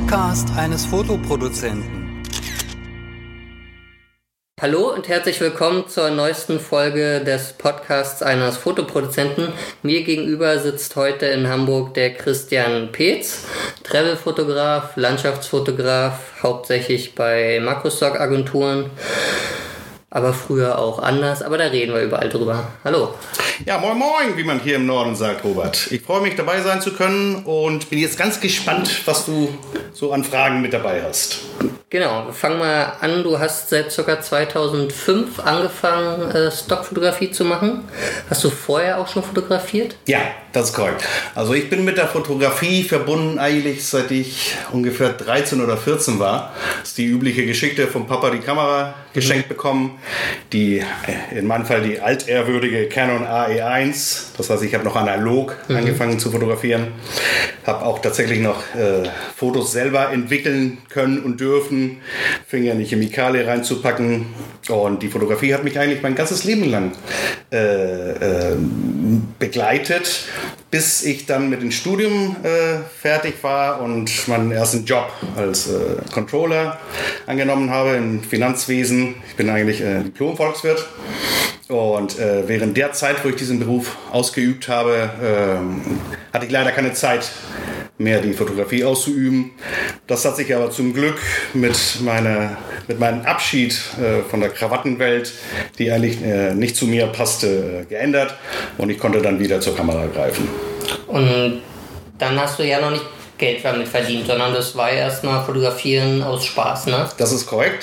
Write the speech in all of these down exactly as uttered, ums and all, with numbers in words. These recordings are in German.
Podcast eines Fotoproduzenten. Hallo und herzlich willkommen zur neuesten Folge des Podcasts eines Fotoproduzenten. Mir gegenüber sitzt heute in Hamburg der Christian Peetz, Travel-Fotograf, Landschaftsfotograf, hauptsächlich bei Makrostock-Agenturen, aber früher auch anders, aber da reden wir überall drüber. Hallo. Ja, moin moin, wie man hier im Norden sagt, Robert. Ich freue mich, dabei sein zu können und bin jetzt ganz gespannt, was du so an Fragen mit dabei hast. Genau, fang mal an. Du hast seit ca. zweitausendfünf angefangen, äh, Stockfotografie zu machen. Hast du vorher auch schon fotografiert? Ja, das ist korrekt. Also ich bin mit der Fotografie verbunden eigentlich, seit ich ungefähr dreizehn oder vierzehn war. Das ist die übliche Geschichte, vom Papa die Kamera geschenkt bekommen. Die, in meinem Fall die altehrwürdige Canon A E eins. Das heißt, ich habe noch analog mhm. angefangen zu fotografieren. Habe auch tatsächlich noch äh, Fotos selber entwickeln können und dürfen. Fing ja in die Chemikalie reinzupacken. Und die Fotografie hat mich eigentlich mein ganzes Leben lang äh, äh, begleitet, bis ich dann mit dem Studium äh, fertig war und meinen ersten Job als äh, Controller angenommen habe im Finanzwesen. Ich bin eigentlich äh, Diplom-Volkswirt. Und äh, während der Zeit, wo ich diesen Beruf ausgeübt habe, äh, hatte ich leider keine Zeit mehr, die Fotografie auszuüben. Das hat sich aber zum Glück mit, meiner, mit meinem Abschied äh, von der Krawattenwelt, die eigentlich äh, nicht zu mir passte, äh, geändert. Und ich konnte dann wieder zur Kamera greifen. Und dann hast du ja noch nicht Geld damit verdient, sondern das war erstmal Fotografieren aus Spaß, ne? Das ist korrekt.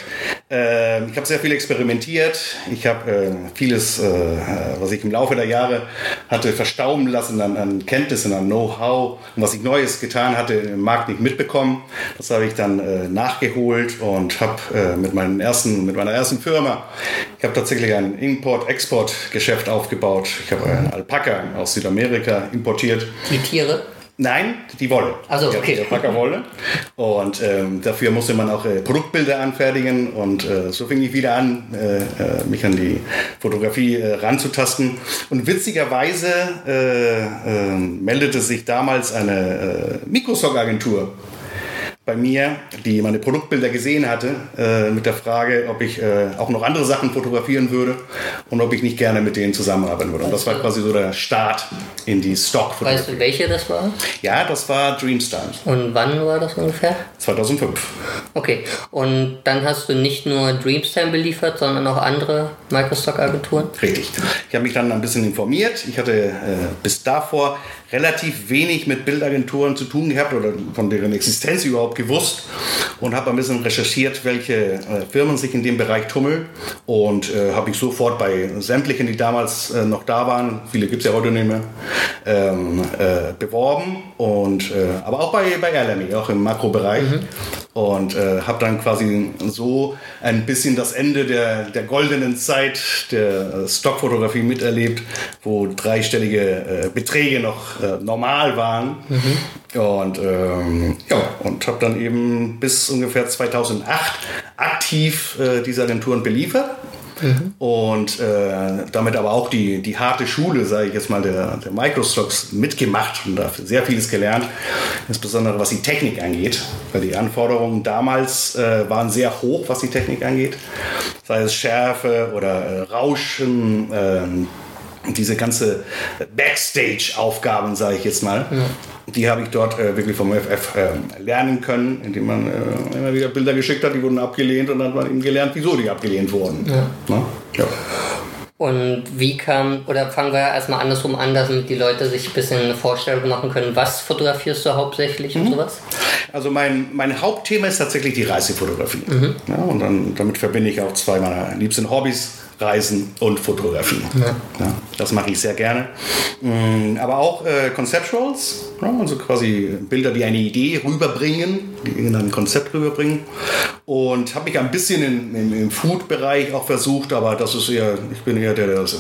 Äh, ich habe sehr viel experimentiert. Ich habe äh, vieles, äh, was ich im Laufe der Jahre hatte verstauben lassen an, an Kenntnissen, an Know-how und was ich Neues getan hatte, im Markt nicht mitbekommen. Das habe ich dann äh, nachgeholt und habe äh, mit, meinen ersten, mit meiner ersten Firma, ich habe tatsächlich ein Import-Export-Geschäft aufgebaut. Ich habe einen Alpaka aus Südamerika importiert. Die Tiere? Nein, die Wolle. Also okay. Die Alpaka-Wolle. Und ähm, dafür musste man auch äh, Produktbilder anfertigen. Und äh, so fing ich wieder an, äh, äh, mich an die Fotografie äh, ranzutasten. Und witzigerweise äh, äh, meldete sich damals eine äh, Mikrostock-Agentur bei mir, die meine Produktbilder gesehen hatte, äh, mit der Frage, ob ich äh, auch noch andere Sachen fotografieren würde und ob ich nicht gerne mit denen zusammenarbeiten würde. Und das war quasi so der Start in die Stock-Fotografie. Weißt du, welche das war? Ja, das war Dreamstime. Und wann war das ungefähr? zweitausendfünf. Okay, und dann hast du nicht nur Dreamstime beliefert, sondern auch andere Microstock-Agenturen? Richtig. Ich habe mich dann ein bisschen informiert. Ich hatte äh, bis davor relativ wenig mit Bildagenturen zu tun gehabt oder von deren Existenz überhaupt gewusst und habe ein bisschen recherchiert, welche äh, Firmen sich in dem Bereich tummeln und äh, habe mich sofort bei sämtlichen, die damals äh, noch da waren, viele gibt es ja heute nicht mehr, ähm, äh, beworben und äh, aber auch bei, bei Erlemi, auch im Makrobereich. Mhm. Und äh, habe dann quasi so ein bisschen das Ende der, der goldenen Zeit der Stockfotografie miterlebt, wo dreistellige äh, Beträge noch äh, normal waren. Mhm. Und ähm, ja, und habe dann eben bis ungefähr zweitausendacht aktiv äh, diese Agenturen beliefert. Mhm. Und äh, damit aber auch die, die harte Schule, sage ich jetzt mal, der, der Microstocks mitgemacht und dafür sehr vieles gelernt, insbesondere was die Technik angeht, weil die Anforderungen damals äh, waren sehr hoch, was die Technik angeht, sei es Schärfe oder äh, Rauschen, äh, diese ganze Backstage-Aufgaben, sage ich jetzt mal, ja. Die habe ich dort äh, wirklich vom F F äh, lernen können, indem man äh, immer wieder Bilder geschickt hat, die wurden abgelehnt und dann hat man eben gelernt, wieso die abgelehnt wurden. Ja. Na? Ja. Und wie kam, oder fangen wir erstmal andersrum an, damit die Leute sich ein bisschen eine Vorstellung machen können, was fotografierst du hauptsächlich mhm. und sowas? Also mein, mein Hauptthema ist tatsächlich die Reisefotografie. Mhm. Ja, und dann, damit verbinde ich auch zwei meiner liebsten Hobbys. Reisen und Fotografie. Ja. Ja, das mache ich sehr gerne. Aber auch äh, Conceptuals, ja, also quasi Bilder, die eine Idee rüberbringen, die irgendein Konzept rüberbringen. Und habe mich ein bisschen in, in, im Food-Bereich auch versucht, aber das ist eher, ich bin eher der, der das äh,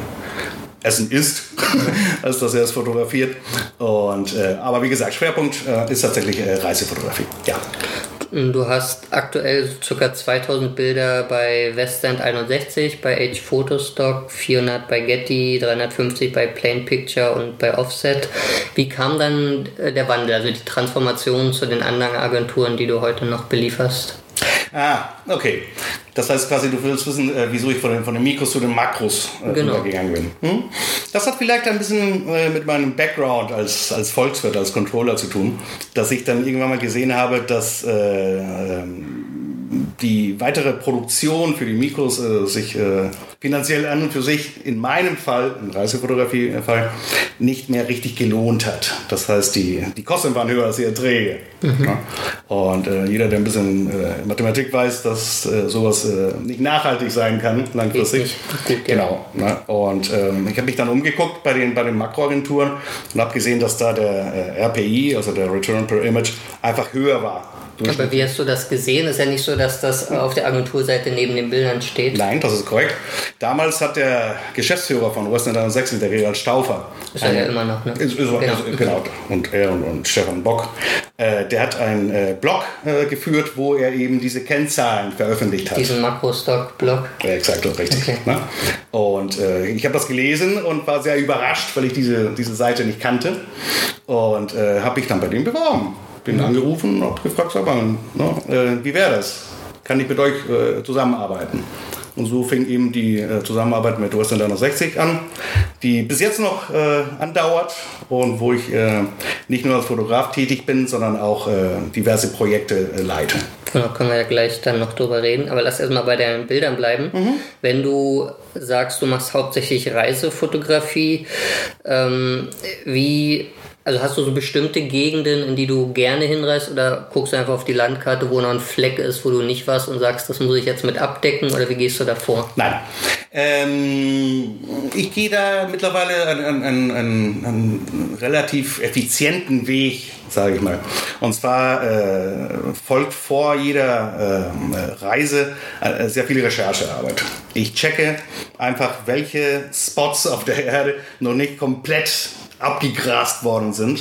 Essen isst, als dass er es fotografiert. Und, äh, aber wie gesagt, Schwerpunkt äh, ist tatsächlich äh, Reisefotografie. Ja. Du hast aktuell ca. zweitausend Bilder bei Westend einundsechzig, bei H Photostock, vierhundert bei Getty, dreihundertfünfzig bei Plain Picture und bei Offset. Wie kam dann der Wandel, also die Transformation zu den anderen Agenturen, die du heute noch belieferst? Ah, okay. Das heißt quasi, du willst wissen, äh, wieso ich von den, von den Mikros zu den Makros äh, genau. gegangen bin. Hm? Das hat vielleicht ein bisschen äh, mit meinem Background als, als Volkswirt, als Controller zu tun, dass ich dann irgendwann mal gesehen habe, dass äh, die weitere Produktion für die Mikros äh, sich äh, finanziell an und für sich in meinem Fall, im Reisefotografie-Fall, nicht mehr richtig gelohnt hat. Das heißt, die, die Kosten waren höher als die Erträge. Mhm. Ja? Und äh, jeder, der ein bisschen äh, Mathematik weiß, dass äh, sowas äh, nicht nachhaltig sein kann, langfristig. Gut, genau. Ja. Und ähm, ich habe mich dann umgeguckt bei den, bei den Makroagenturen und habe gesehen, dass da der äh, R P I, also der Return per Image, einfach höher war. Aber wie hast du das gesehen? Ist ja nicht so, dass das auf der Agenturseite neben den Bildern steht. Nein, das ist korrekt. Damals hat der Geschäftsführer von Westend einundsechzig, der Gerald Stauffer, ist er ja immer noch, ne? Ist, ist, genau. Ist, genau. Und er und, und Stefan Bock, äh, der hat einen äh, Blog äh, geführt, wo er eben diese Kennzahlen veröffentlicht hat. Diesen Makrostock-Blog? Ja, exakt, richtig. Okay. Ne? Und äh, ich habe das gelesen und war sehr überrascht, weil ich diese, diese Seite nicht kannte. Und äh, habe mich dann bei dem beworben. Bin mhm. angerufen und habe gefragt, sag mal, ne, äh, wie wäre das? Kann ich mit euch äh, zusammenarbeiten? Und so fing eben die äh, Zusammenarbeit mit Westend einundsechzig an, die bis jetzt noch äh, andauert und wo ich äh, nicht nur als Fotograf tätig bin, sondern auch äh, diverse Projekte äh, leite. Genau, können wir ja gleich dann noch drüber reden. Aber lass erstmal bei deinen Bildern bleiben. Mhm. Wenn du sagst, du machst hauptsächlich Reisefotografie, ähm, wie... Also hast du so bestimmte Gegenden, in die du gerne hinreist, oder guckst du einfach auf die Landkarte, wo noch ein Fleck ist, wo du nicht warst und sagst, das muss ich jetzt mit abdecken, oder wie gehst du da vor? Nein. Ähm, ich gehe da mittlerweile einen, einen, einen, einen relativ effizienten Weg, sage ich mal. Und zwar äh, folgt vor jeder äh, Reise äh, sehr viel Recherchearbeit. Ich checke einfach, welche Spots auf der Erde noch nicht komplett abgegrast worden sind.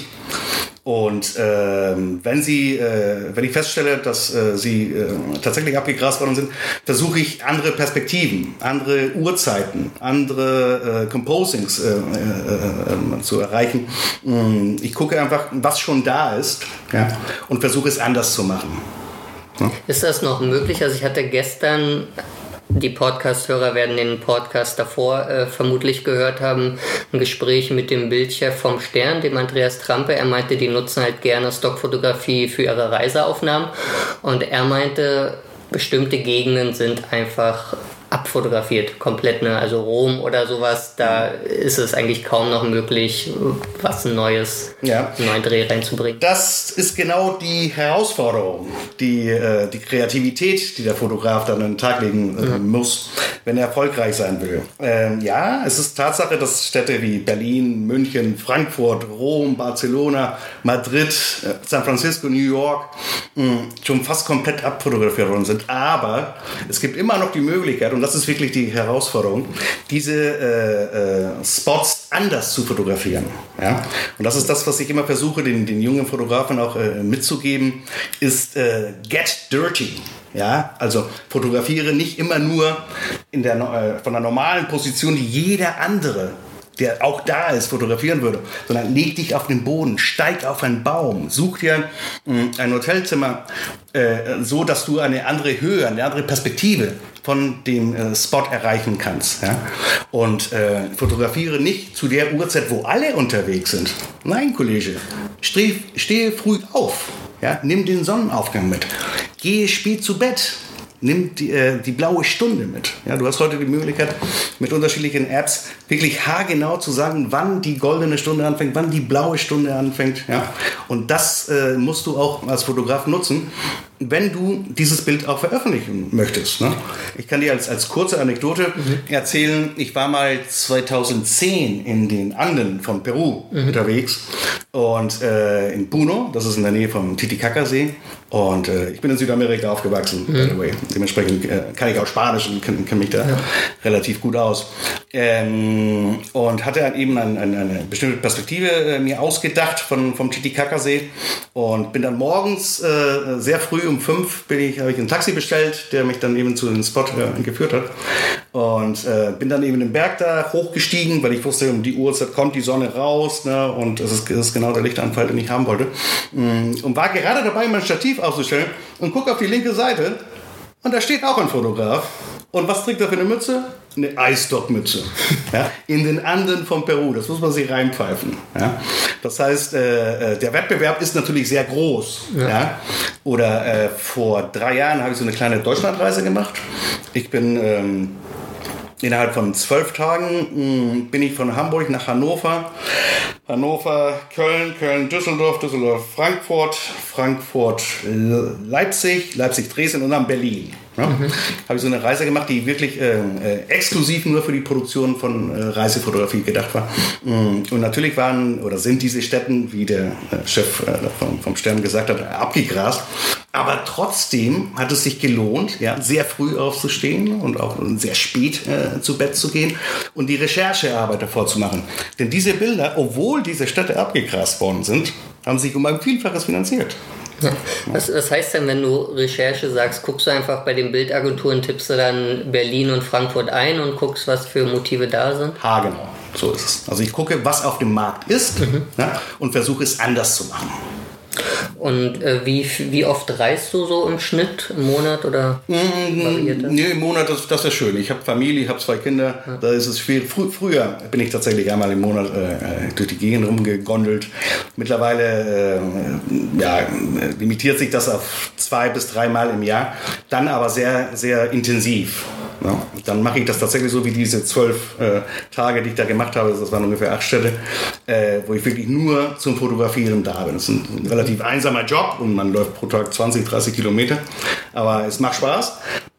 Und ähm, wenn sie, äh, wenn ich feststelle, dass äh, sie äh, tatsächlich abgegrast worden sind, versuche ich andere Perspektiven, andere Uhrzeiten, andere äh, Composings äh, äh, äh, zu erreichen. Ich gucke einfach, was schon da ist, ja, und versuche es anders zu machen. Ja? Ist das noch möglich? Also ich hatte gestern... Die Podcast-Hörer werden den Podcast davor äh, vermutlich gehört haben, ein Gespräch mit dem Bildchef vom Stern, dem Andreas Trampe. Er meinte, die nutzen halt gerne Stockfotografie für ihre Reiseaufnahmen. Und er meinte, bestimmte Gegenden sind einfach abfotografiert, komplett, ne? Also Rom oder sowas, da ist es eigentlich kaum noch möglich, was Neues, ja. einen neuen Dreh reinzubringen. Das ist genau die Herausforderung, die, äh, die Kreativität, die der Fotograf dann an den Tag legen äh, mhm. muss, wenn er erfolgreich sein will. Ähm, ja, es ist Tatsache, dass Städte wie Berlin, München, Frankfurt, Rom, Barcelona, Madrid, äh, San Francisco, New York mh, schon fast komplett abfotografiert worden sind, aber es gibt immer noch die Möglichkeit, und das ist wirklich die Herausforderung, diese äh, äh, Spots anders zu fotografieren. Ja? Und das ist das, was ich immer versuche, den, den jungen Fotografen auch äh, mitzugeben, ist äh, get dirty. Ja? Also fotografiere nicht immer nur in der, äh, von der normalen Position, die jeder andere, der auch da ist, fotografieren würde, sondern leg dich auf den Boden, steig auf einen Baum, such dir mh, ein Hotelzimmer, äh, so dass du eine andere Höhe, eine andere Perspektive von dem äh, Spot erreichen kannst. Ja? Und äh, fotografiere nicht zu der Uhrzeit, wo alle unterwegs sind. Nein, Kollege, steh, stehe früh auf, ja? Nimm den Sonnenaufgang mit, gehe spät zu Bett. Nimm die, äh, die blaue Stunde mit. Ja, du hast heute die Möglichkeit, mit unterschiedlichen Apps wirklich haargenau zu sagen, wann die goldene Stunde anfängt, wann die blaue Stunde anfängt. Ja? Und das äh, musst du auch als Fotograf nutzen, wenn du dieses Bild auch veröffentlichen möchtest. Ne? Ich kann dir als, als kurze Anekdote mhm. erzählen, ich war mal zweitausendzehn in den Anden von Peru mhm. unterwegs und äh, in Puno, das ist in der Nähe vom Titicacasee, und äh, ich bin in Südamerika aufgewachsen, mhm. by the way. Dementsprechend äh, kann ich auch Spanisch und kenne kenn mich da ja. relativ gut aus. Ähm, und hatte dann eben ein, ein, eine bestimmte Perspektive äh, mir ausgedacht von, vom Titicacasee und bin dann morgens äh, sehr früh früh um fünf bin ich, habe ich ein Taxi bestellt, der mich dann eben zu dem Spot äh, geführt hat. Und äh, bin dann eben den Berg da hochgestiegen, weil ich wusste, um die Uhrzeit kommt die Sonne raus, ne, und es ist, es ist genau der Lichtanfall, den ich haben wollte. Und war gerade dabei, mein Stativ aufzustellen und gucke auf die linke Seite und da steht auch ein Fotograf. Und was trägt er für eine Mütze? Eine Eisstockmütze. Ja, in den Anden von Peru. Das muss man sich reinpfeifen. Ja. Das heißt, äh, der Wettbewerb ist natürlich sehr groß. Ja. Ja. Oder äh, vor drei Jahren habe ich so eine kleine Deutschlandreise gemacht. Ich bin ähm, innerhalb von zwölf Tagen mh, bin ich von Hamburg nach Hannover. Hannover, Köln, Köln, Düsseldorf, Düsseldorf, Frankfurt, Frankfurt, Leipzig, Leipzig, Dresden und dann Berlin. Ja, mhm. Habe ich so eine Reise gemacht, die wirklich äh, äh, exklusiv nur für die Produktion von äh, Reisefotografie gedacht war. Und natürlich waren oder sind diese Städten, wie der äh, Chef äh, vom, vom Stern gesagt hat, abgegrast. Aber trotzdem hat es sich gelohnt, ja, sehr früh aufzustehen und auch sehr spät äh, zu Bett zu gehen und die Recherchearbeit davor zu machen. Denn diese Bilder, obwohl diese Städte abgegrast worden sind, haben sich um ein Vielfaches finanziert. Ja. Was, was heißt denn, wenn du Recherche sagst, guckst du einfach bei den Bildagenturen, tippst du dann Berlin und Frankfurt ein und guckst, was für Motive da sind? Ha, genau, so ist es. Also ich gucke, was auf dem Markt ist, mhm. ja, und versuche es anders zu machen. Und äh, wie, wie oft reist du so im Schnitt, im Monat oder variiert das? Nee, im Monat, das, das ist schön. Ich habe Familie, ich habe zwei Kinder, ja. Da ist es schwierig. Frü- früher bin ich tatsächlich einmal im Monat äh, durch die Gegend rumgegondelt. Mittlerweile äh, ja, limitiert sich das auf zwei bis dreimal im Jahr, dann aber sehr, sehr intensiv. Ja, dann mache ich das tatsächlich so wie diese zwölf äh, Tage, die ich da gemacht habe. Das waren ungefähr acht Städte, äh, wo ich wirklich nur zum Fotografieren da bin. Das ist ein, ein relativ einsamer Job und man läuft pro Tag zwanzig, dreißig Kilometer. Aber es macht Spaß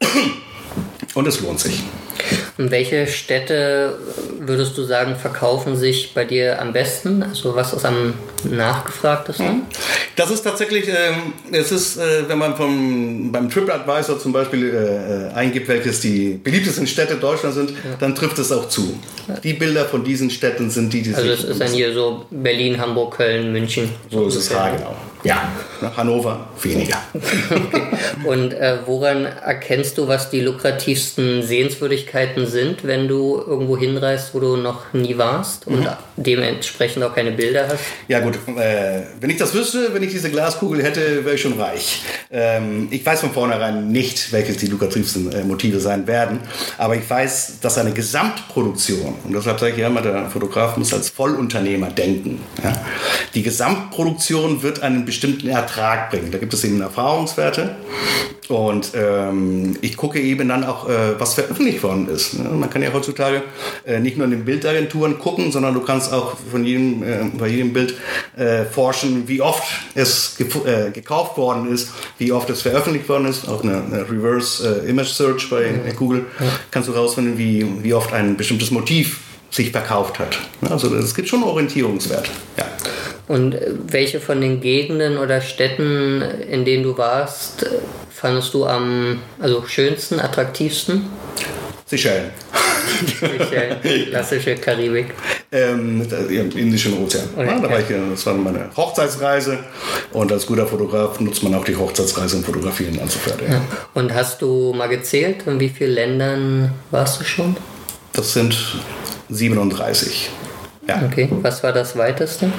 und es lohnt sich. Und welche Städte, würdest du sagen, verkaufen sich bei dir am besten? Also was ist am nachgefragtesten? Das ist tatsächlich, äh, es ist, äh, wenn man vom, beim TripAdvisor zum Beispiel äh, eingibt, welches die beliebtesten Städte Deutschlands sind, ja. Dann trifft es auch zu. Ja. Die Bilder von diesen Städten sind die, die Also es ist dann hier so Berlin, Hamburg, Köln, München. So ist es, ja, genau. Ja, nach Hannover weniger. Okay. Und äh, woran erkennst du, was die lukrativsten Sehenswürdigkeiten sind, wenn du irgendwo hinreist, wo du noch nie warst und mhm. dementsprechend auch keine Bilder hast? Ja gut, äh, wenn ich das wüsste, wenn ich diese Glaskugel hätte, wäre ich schon reich. Ähm, ich weiß von vornherein nicht, welches die lukrativsten äh, Motive sein werden, aber ich weiß, dass eine Gesamtproduktion, und deshalb sage ich ja immer, der Fotograf muss als Vollunternehmer denken. Ja? Die Gesamtproduktion wird einen bestimmten Ertrag bringen. Da gibt es eben Erfahrungswerte und ähm, ich gucke eben dann auch, äh, was veröffentlicht worden ist. Ne? Man kann ja heutzutage äh, nicht nur in den Bildagenturen gucken, sondern du kannst auch von jedem, äh, bei jedem Bild äh, forschen, wie oft es gef- äh, gekauft worden ist, wie oft es veröffentlicht worden ist. Auch eine, eine Reverse äh, Image Search bei mhm. Google ja. kannst du rausfinden, wie, wie oft ein bestimmtes Motiv sich verkauft hat. Also es gibt schon Orientierungswerte. Ja. Und welche von den Gegenden oder Städten, in denen du warst, fandest du am also schönsten, attraktivsten? Seychellen. Seychellen, klassische Karibik. Ähm, Im Indischen Ozean. Okay. Ja, da war ich, das war meine Hochzeitsreise und als guter Fotograf nutzt man auch die Hochzeitsreise, um Fotografieren anzufertigen. Ja. Und hast du mal gezählt, in wie vielen Ländern warst du schon? Das sind siebenunddreißig. Ja. Okay, was war das weiteste?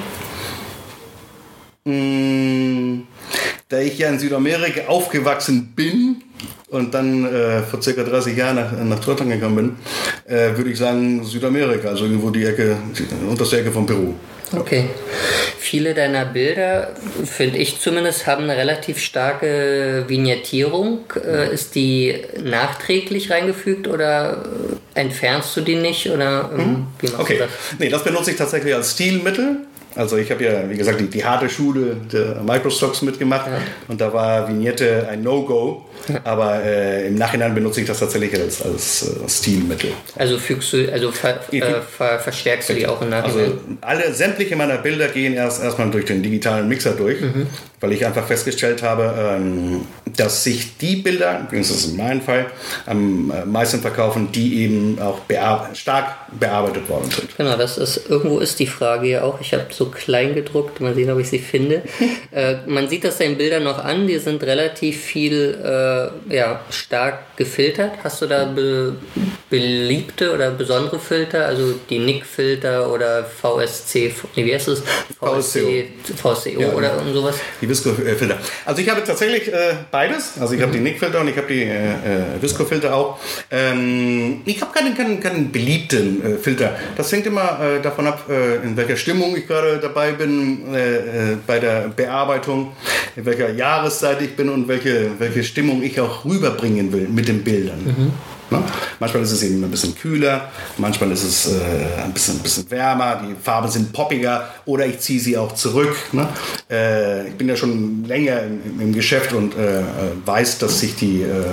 Da ich ja in Südamerika aufgewachsen bin und dann äh, vor circa dreißig Jahren nach, nach Deutschland gekommen bin, äh, würde ich sagen Südamerika, also irgendwo die Ecke, die unterste Ecke von Peru. Okay. Viele deiner Bilder, finde ich zumindest, haben eine relativ starke Vignettierung. Äh, ist die nachträglich reingefügt oder entfernst du die nicht? Oder ähm, wie machst okay. du das? Nee, das benutze ich tatsächlich als Stilmittel. Also ich habe ja, wie gesagt, die, die harte Schule der Microstocks mitgemacht ja. und da war Vignette ein No-Go, ja. aber äh, im Nachhinein benutze ich das tatsächlich als, als äh, Stilmittel. Also fügst du, also ver, äh, ver, verstärkst du die auch im Nachhinein? Also alle, sämtliche meiner Bilder gehen erst erstmal durch den digitalen Mixer durch, mhm. weil ich einfach festgestellt habe, ähm, dass sich die Bilder, übrigens in meinem Fall, am meisten verkaufen, die eben auch bear- stark bearbeitet worden sind. Genau, das ist, irgendwo ist die Frage ja auch. Ich habe so klein gedruckt, mal sehen, ob ich sie finde. äh, man sieht das deinen Bildern noch an, die sind relativ viel, äh, ja, stark gefiltert. Hast du da be- beliebte oder besondere Filter, also die N I C-Filter oder V S C, nee, wie heißt es? V S C, V S C O ja, oder ja. sowas? Die Visco-Filter. Also ich habe tatsächlich äh, beides. Also ich mhm. habe die N I C-Filter und ich habe die äh, Visco-Filter auch. Ähm, ich habe keinen, keinen, keinen beliebten äh, Filter. Das hängt immer äh, davon ab, äh, in welcher Stimmung ich gerade dabei bin, äh, äh, bei der Bearbeitung, in welcher Jahreszeit ich bin und welche, welche Stimmung ich auch rüberbringen will mit den Bildern. Mhm. Ne? Manchmal ist es eben ein bisschen kühler, manchmal ist es äh, ein, bisschen, ein bisschen wärmer, die Farben sind poppiger oder ich ziehe sie auch zurück. Ne? Äh, ich bin ja schon länger im, im Geschäft und äh, weiß, dass sich die, äh,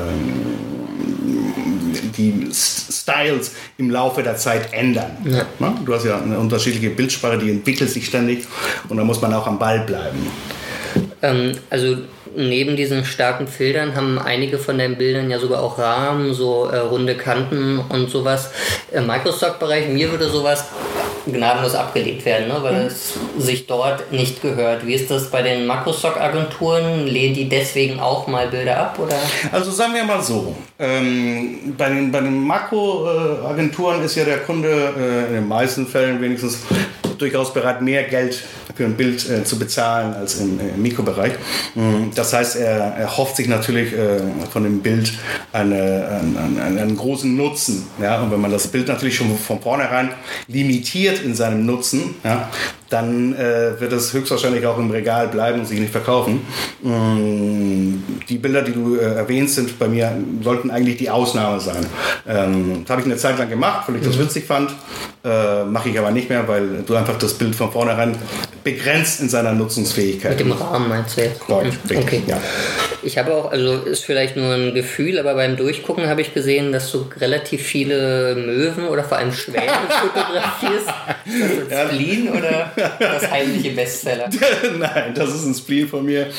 die Styles im Laufe der Zeit ändern. Ja. Ne? Du hast ja eine unterschiedliche Bildsprache, die entwickelt sich ständig und da muss man auch am Ball bleiben. Ähm, also neben diesen starken Filtern haben einige von deinen Bildern ja sogar auch Rahmen, so äh, runde Kanten und sowas. Im Microstock-Bereich, mir würde sowas gnadenlos abgelehnt werden, ne? Weil mhm. es sich dort nicht gehört. Wie ist das bei den Makrostock-Agenturen? Lehnen die deswegen auch mal Bilder ab? Oder? Also sagen wir mal so, ähm, bei den, bei den Makro-Agenturen ist ja der Kunde äh, in den meisten Fällen wenigstens durchaus bereit, mehr Geld für ein Bild äh, zu bezahlen als im, äh, im Mikrobereich. Das heißt, er, er hofft sich natürlich äh, von dem Bild eine, einen, einen, einen großen Nutzen. Ja? Und wenn man das Bild natürlich schon von vornherein limitiert in seinem Nutzen, ja, dann äh, wird es höchstwahrscheinlich auch im Regal bleiben und sich nicht verkaufen. Ähm, die Bilder, die du äh, erwähnst, sind bei mir, sollten eigentlich die Ausnahme sein. Ähm, das habe ich eine Zeit lang gemacht, weil ich das witzig fand. Äh, mache ich aber nicht mehr, weil du einfach das Bild von vornherein begrenzt in seiner Nutzungsfähigkeit. Mit dem Rahmen meinst du jetzt? Right, richtig, okay. Ja. Ich habe auch, also ist vielleicht nur ein Gefühl, aber beim Durchgucken habe ich gesehen, dass du relativ viele Möwen oder vor allem Schwäne fotografierst. Ist das ein Spleen oder das heimliche Bestseller? Nein, das ist ein Spleen von mir.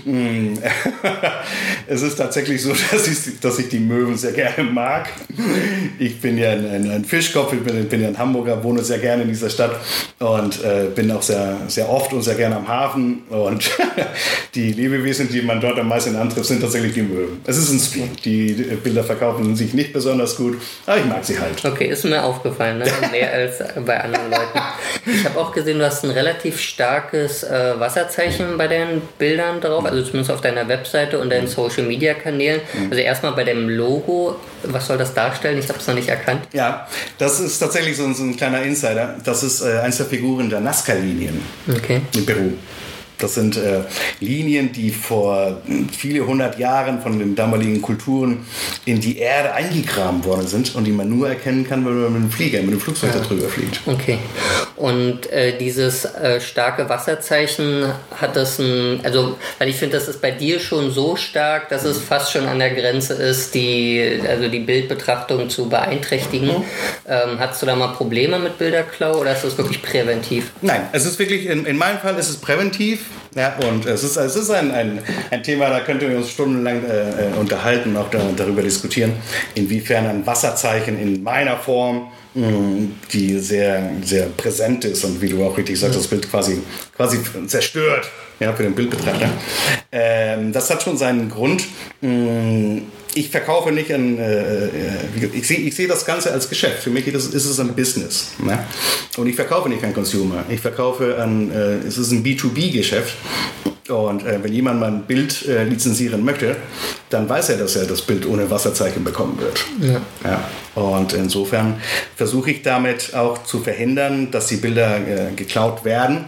Es ist tatsächlich so, dass ich, dass ich die Möwen sehr gerne mag. Ich bin ja ein, ein, ein Fischkopf, ich bin, bin ja ein Hamburger, wohne sehr gerne in dieser Stadt und äh, bin auch sehr, sehr oft und sehr gerne am Hafen. Und die Lebewesen, die man dort am meisten antrifft, sind tatsächlich die Möwen. Es ist ein Spleen. Die Bilder verkaufen sich nicht besonders gut, aber ich mag sie halt. Okay, ist mir aufgefallen, ne? Mehr als bei anderen Leuten. Ich habe auch gesehen, du hast ein relativ starkes äh, Wasserzeichen bei deinen Bildern drauf, also zumindest auf deiner Webseite und deinen Social-Media-Kanälen. Also erstmal bei dem Logo, was soll das darstellen? Ich habe es noch nicht erkannt. Ja, das ist tatsächlich so ein, so ein kleiner Insider. Das ist äh, eins der Figuren der Nazca-Linien okay. in Peru. Das sind äh, Linien, die vor viele hundert Jahren von den damaligen Kulturen in die Erde eingegraben worden sind und die man nur erkennen kann, wenn man mit dem Flieger, mit dem Flugzeug ja. darüber fliegt. Okay. Und äh, dieses äh, starke Wasserzeichen hat das ein, also, weil ich finde, das ist bei dir schon so stark, dass es fast schon an der Grenze ist, die, also die Bildbetrachtung zu beeinträchtigen. Mhm. Ähm, hattest du da mal Probleme mit Bilderklau oder ist das wirklich präventiv? Nein, es ist wirklich, in, in meinem Fall ist es präventiv. Ja, und es ist, es ist ein, ein, ein Thema, da könnten wir uns stundenlang äh, unterhalten und auch da, darüber diskutieren, inwiefern ein Wasserzeichen in meiner Form, mh, die sehr, sehr präsent ist und wie du auch richtig sagst, das Bild quasi, quasi zerstört, ja, für den Bildbetrachter. Ähm, das hat schon seinen Grund. Mh, Ich verkaufe nicht ein, äh, ich sehe ich seh das Ganze als Geschäft. Für mich ist, ist es ein Business. Ne? Und ich verkaufe nicht an Consumer. Ich verkaufe an, äh, es ist ein B zwei B-Geschäft. Und äh, wenn jemand mal ein Bild äh, lizenzieren möchte, dann weiß er, dass er das Bild ohne Wasserzeichen bekommen wird. Ja. Ja. Und insofern versuche ich damit auch zu verhindern, dass die Bilder äh, geklaut werden.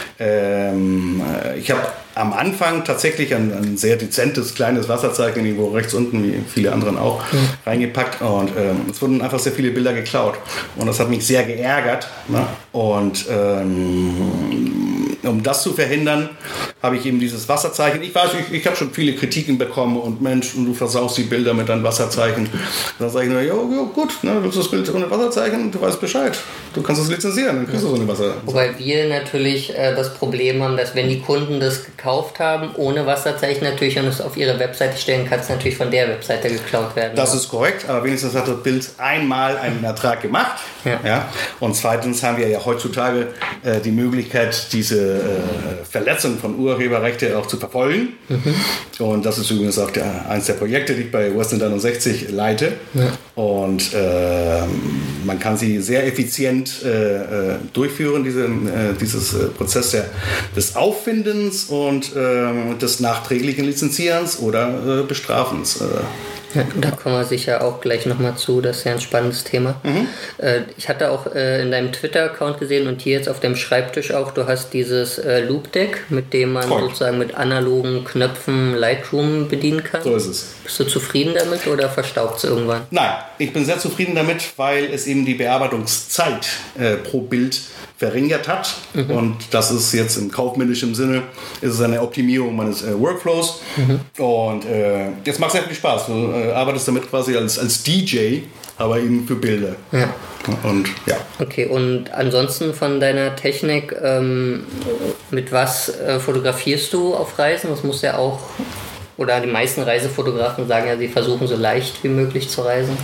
Ähm, ich habe am Anfang tatsächlich ein, ein sehr dezentes, kleines Wasserzeichen irgendwo rechts unten, wie viele anderen auch, mhm. reingepackt. Und ähm, es wurden einfach sehr viele Bilder geklaut. Und das hat mich sehr geärgert. Ne? Und ähm, um das zu verhindern, habe ich eben dieses Wasserzeichen. Ich weiß, ich, ich habe schon viele Kritiken bekommen und Mensch, und du versaust die Bilder mit deinem Wasserzeichen. Dann sage ich nur, ja, ja gut, ne, willst du das Bild ohne Wasserzeichen? Du weißt Bescheid. Du kannst es lizenzieren, dann kriegst du so eine Wasserzeichen. Wobei wir natürlich äh, das Problem haben, dass wenn die Kunden das gekauft haben, ohne Wasserzeichen natürlich und es auf ihre Webseite stellen, kann es natürlich von der Webseite geklaut werden. Das ist korrekt, aber wenigstens hat das Bild einmal einen Ertrag gemacht. Ja. Ja? Und zweitens haben wir ja heutzutage äh, die Möglichkeit, diese äh, Verletzung von Urheberrechte auch zu verfolgen. Mhm. Und das ist übrigens auch der, eines der Projekte, die ich bei Western dreiundsechzig leite. Ja. Und äh, man kann sie sehr effizient äh, durchführen, diese, äh, dieses äh, Prozess der, des Auffindens und äh, des nachträglichen Lizenzierens oder äh, Bestrafens. Äh. Ja, da kommen wir sicher auch gleich nochmal zu, das ist ja ein spannendes Thema. Mhm. Äh, ich hatte auch äh, in deinem Twitter-Account gesehen und hier jetzt auf dem Schreibtisch auch, du hast dieses äh, Loop-Deck, mit dem man Voll. sozusagen mit analogen Knöpfen Lightroom bedienen kann. So ist es. Bist du zufrieden damit oder verstaubt es irgendwann? Nein, ich bin sehr zufrieden damit, weil es eben die Bearbeitungszeit äh, pro Bild verringert hat. Mhm. Und das ist jetzt im kaufmännischen Sinne, ist es eine Optimierung meines äh, Workflows. Mhm. Und äh, jetzt macht es sehr viel Spaß. Du äh, arbeitest damit quasi als, als D J, aber eben für Bilder. Ja. Und ja. Okay, und ansonsten von deiner Technik, ähm, mit was äh, fotografierst du auf Reisen? Das muss ja auch, oder die meisten Reisefotografen sagen ja, sie versuchen so leicht wie möglich zu reisen.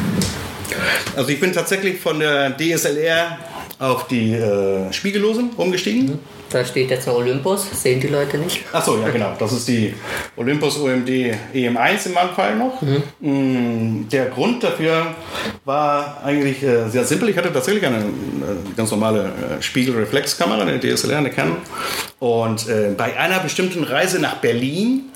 Also ich bin tatsächlich von der D S L R auf die äh, Spiegellosen umgestiegen. Da steht jetzt ein Olympus, das sehen die Leute nicht. Achso, ja genau, das ist die Olympus O M D E M eins in meinem Fall noch. Mhm. Der Grund dafür war eigentlich äh, sehr simpel. Ich hatte tatsächlich eine äh, ganz normale äh, Spiegelreflexkamera, eine D S L R, eine Canon. Und äh, bei einer bestimmten Reise nach Berlin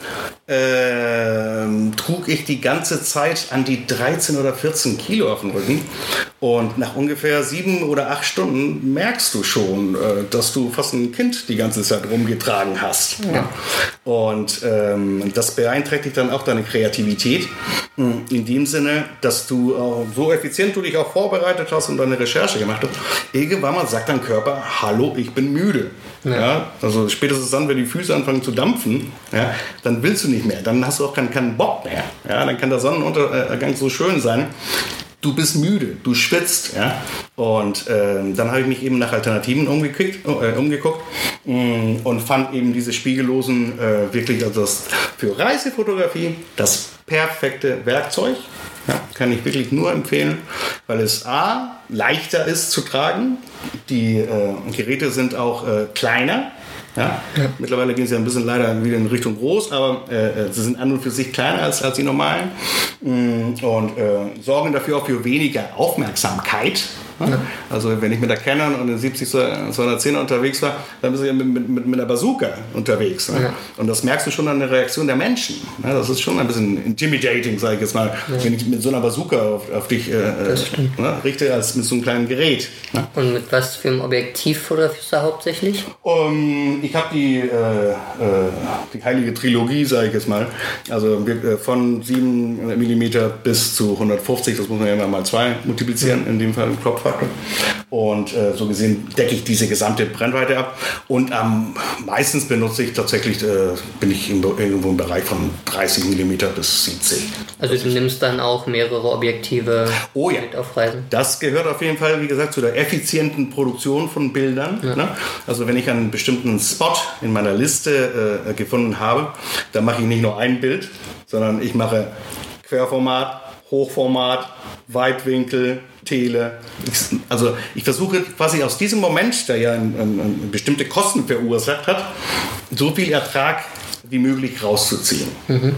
äh, trug ich die ganze Zeit an die dreizehn oder vierzehn Kilo auf dem Rücken. Und nach ungefähr sieben oder acht Stunden merkst du schon, äh, dass du fast ein Kind die ganze Zeit rumgetragen hast. Ja. Und ähm, das beeinträchtigt dann auch deine Kreativität. In dem Sinne, dass du auch so effizient du dich auch vorbereitet hast und deine Recherche gemacht hast. Irgendwann mal sagt dein Körper, hallo, ich bin müde. Ja. Ja, also spätestens dann, wenn die Füße anfangen zu dampfen, ja, dann willst du nicht mehr. Dann hast du auch keinen, keinen Bock mehr. Ja, dann kann der Sonnenuntergang so schön sein. Du bist müde, du schwitzt, ja. Und ähm, dann habe ich mich eben nach Alternativen umgekickt, äh, umgeguckt mh, und fand eben diese Spiegellosen äh, wirklich also das für Reisefotografie das perfekte Werkzeug. Ja, kann ich wirklich nur empfehlen, weil es a leichter ist zu tragen. Die äh, Geräte sind auch äh, kleiner. Ja? Ja. Mittlerweile gehen sie ein bisschen leider wieder in Richtung groß, aber äh, sie sind an und für sich kleiner als, als die normalen und äh, sorgen dafür auch für weniger Aufmerksamkeit. Ja. Also wenn ich mit der Canon und den siebzig zweihundertzehn unterwegs war, dann bist du ja mit, mit, mit einer Bazooka unterwegs. Ne? Ja. Und das merkst du schon an der Reaktion der Menschen. Ne? Das ist schon ein bisschen intimidating, sage ich jetzt mal, ja. wenn ich mit so einer Bazooka auf, auf dich äh, ne, richte, als mit so einem kleinen Gerät. Ne? Und mit was für einem Objektiv fotografierst du hauptsächlich? Um, ich habe die, äh, äh, die heilige Trilogie, sage ich jetzt mal, also äh, von sieben Millimeter bis zu hundertfünfzig, das muss man ja immer mal zwei multiplizieren, ja. in dem Fall im Crop-Faktor. Und äh, so gesehen decke ich diese gesamte Brennweite ab. Und ähm, meistens benutze ich tatsächlich, äh, bin ich im, irgendwo im Bereich von dreißig Millimeter bis siebzig. Also du nimmst dann auch mehrere Objektive oh, ja. mit auf Reisen? Das gehört auf jeden Fall, wie gesagt, zu der effizienten Produktion von Bildern. Ja. Ne? Also wenn ich einen bestimmten Spot in meiner Liste äh, gefunden habe, dann mache ich nicht nur ein Bild, sondern ich mache Querformat, Hochformat, Weitwinkel, Tele. Ich, also ich versuche quasi aus diesem Moment, der ja ein, ein, ein bestimmte Kosten verursacht hat, so viel Ertrag wie möglich rauszuziehen. Mhm.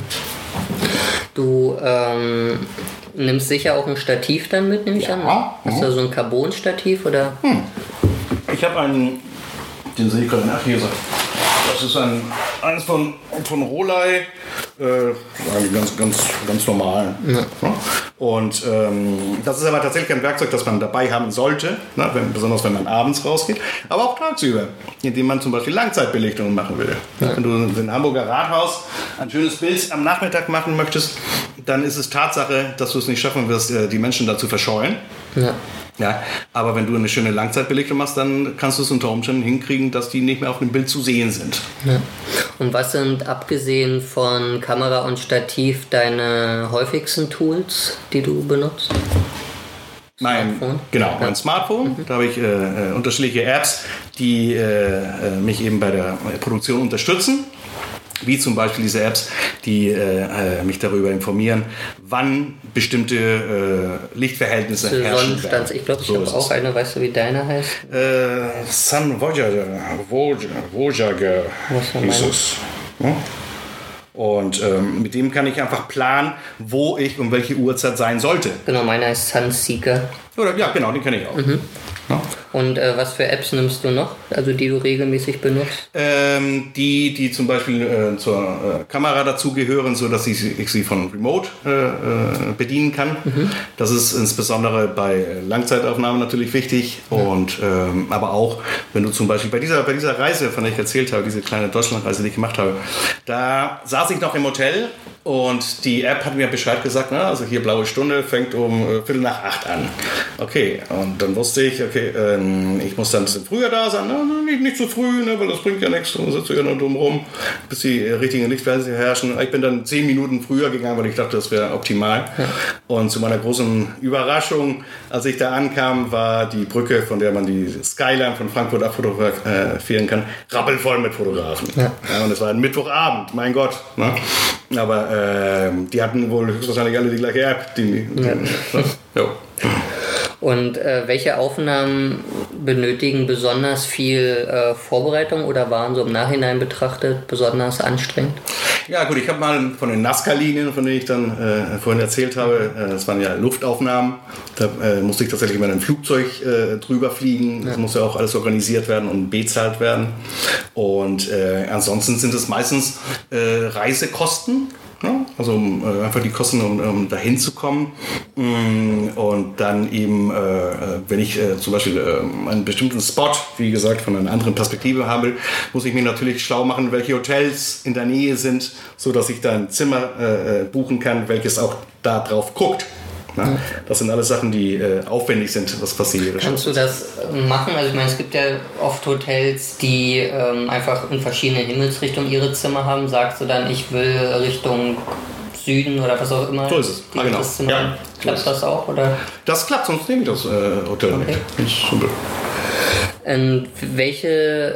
Du ähm, nimmst sicher auch ein Stativ dann mit, nehme ich ja, an. Ist da so ein Carbon-Stativ oder? Hm. Ich habe einen, den sehe ich gerade nach hier. Das ist ein, eines von, von Rolei, äh, ganz, ganz, ganz normal. Ja. Und ähm, das ist aber tatsächlich ein Werkzeug, das man dabei haben sollte, ne, wenn, besonders wenn man abends rausgeht, aber auch tagsüber, indem man zum Beispiel Langzeitbelichtungen machen will. Ja. Wenn du in Hamburger Rathaus ein schönes Bild am Nachmittag machen möchtest, dann ist es Tatsache, dass du es nicht schaffen wirst, die Menschen da zu verscheuen. Ja. Ja, aber wenn du eine schöne Langzeitbelichtung machst, dann kannst du es unter Umständen hinkriegen, dass die nicht mehr auf dem Bild zu sehen sind. Ja. Und was sind, abgesehen von Kamera und Stativ, deine häufigsten Tools, die du benutzt? Mein, Smartphone? genau, Ja. mein Smartphone. Mhm. Da habe ich äh, unterschiedliche Apps, die äh, mich eben bei der Produktion unterstützen. Wie zum Beispiel diese Apps, die äh, mich darüber informieren, wann bestimmte äh, Lichtverhältnisse Diese herrschen werden. Ich glaube, ich So habe ist auch es. eine, weißt du, wie deine heißt? Äh, Sun Voyager, Voyager, Voyager Was war hieß meine? es. Ja? Und ähm, mit dem kann ich einfach planen, wo ich um welche Uhrzeit sein sollte. Genau, meine heißt Sunseeker. Oder, ja, genau, den kenne ich auch. Mhm. Ja. Und äh, was für Apps nimmst du noch, also die du regelmäßig benutzt? Ähm, die, die zum Beispiel äh, zur äh, Kamera dazugehören, so dass ich, ich sie von Remote äh, äh, bedienen kann. Mhm. Das ist insbesondere bei Langzeitaufnahmen natürlich wichtig. Ja. Und ähm, aber auch, wenn du zum Beispiel bei dieser, bei dieser Reise, von der ich erzählt habe, diese kleine Deutschlandreise, die ich gemacht habe, da saß ich noch im Hotel und die App hat mir Bescheid gesagt, na, also hier blaue Stunde fängt um äh, Viertel nach acht an. Okay, und dann wusste ich, okay, ähm, ich muss dann ein bisschen früher da sein, na, nicht, nicht zu früh, ne, weil das bringt ja nichts, dann sitzt du ja nur dumm rum, bis die richtigen Lichtverhältnisse herrschen. Ich bin dann zehn Minuten früher gegangen, weil ich dachte, das wäre optimal. Ja. Und zu meiner großen Überraschung, als ich da ankam, war die Brücke, von der man die Skyline von Frankfurt abfotografieren kann, rappelvoll mit Fotografen. Ja. Ja, und es war ein Mittwochabend, mein Gott. Ne? Aber äh, die hatten wohl höchstwahrscheinlich alle die gleiche App. Die, die, ja. Ja. Und äh, welche Aufnahmen benötigen besonders viel äh, Vorbereitung oder waren so im Nachhinein betrachtet besonders anstrengend? Ja gut, ich habe mal von den Nazca-Linien, von denen ich dann äh, vorhin erzählt habe, äh, das waren ja Luftaufnahmen, da äh, musste ich tatsächlich mal in ein Flugzeug äh, drüber fliegen, das ja. muss ja auch alles organisiert werden und bezahlt werden. Und äh, ansonsten sind es meistens äh, Reisekosten. Ja, also um, äh, einfach die Kosten, um, um dahin zu kommen. Und dann eben, äh, wenn ich äh, zum Beispiel äh, einen bestimmten Spot, wie gesagt, von einer anderen Perspektive haben will, muss ich mir natürlich schlau machen, welche Hotels in der Nähe sind, sodass ich da ein Zimmer äh, buchen kann, welches auch da drauf guckt. Na, das sind alles Sachen, die äh, aufwendig sind, was passiert. Kannst du das machen? Also ich meine, es gibt ja oft Hotels, die ähm, einfach in verschiedenen Himmelsrichtungen ihre Zimmer haben. Sagst du dann, ich will Richtung Süden oder was auch immer? So ist es. Ah, genau. Zimmer. Ja, klappt so das auch? Oder? Das klappt, sonst nehme ich das äh, Hotel okay. nicht. Ist super. Und welche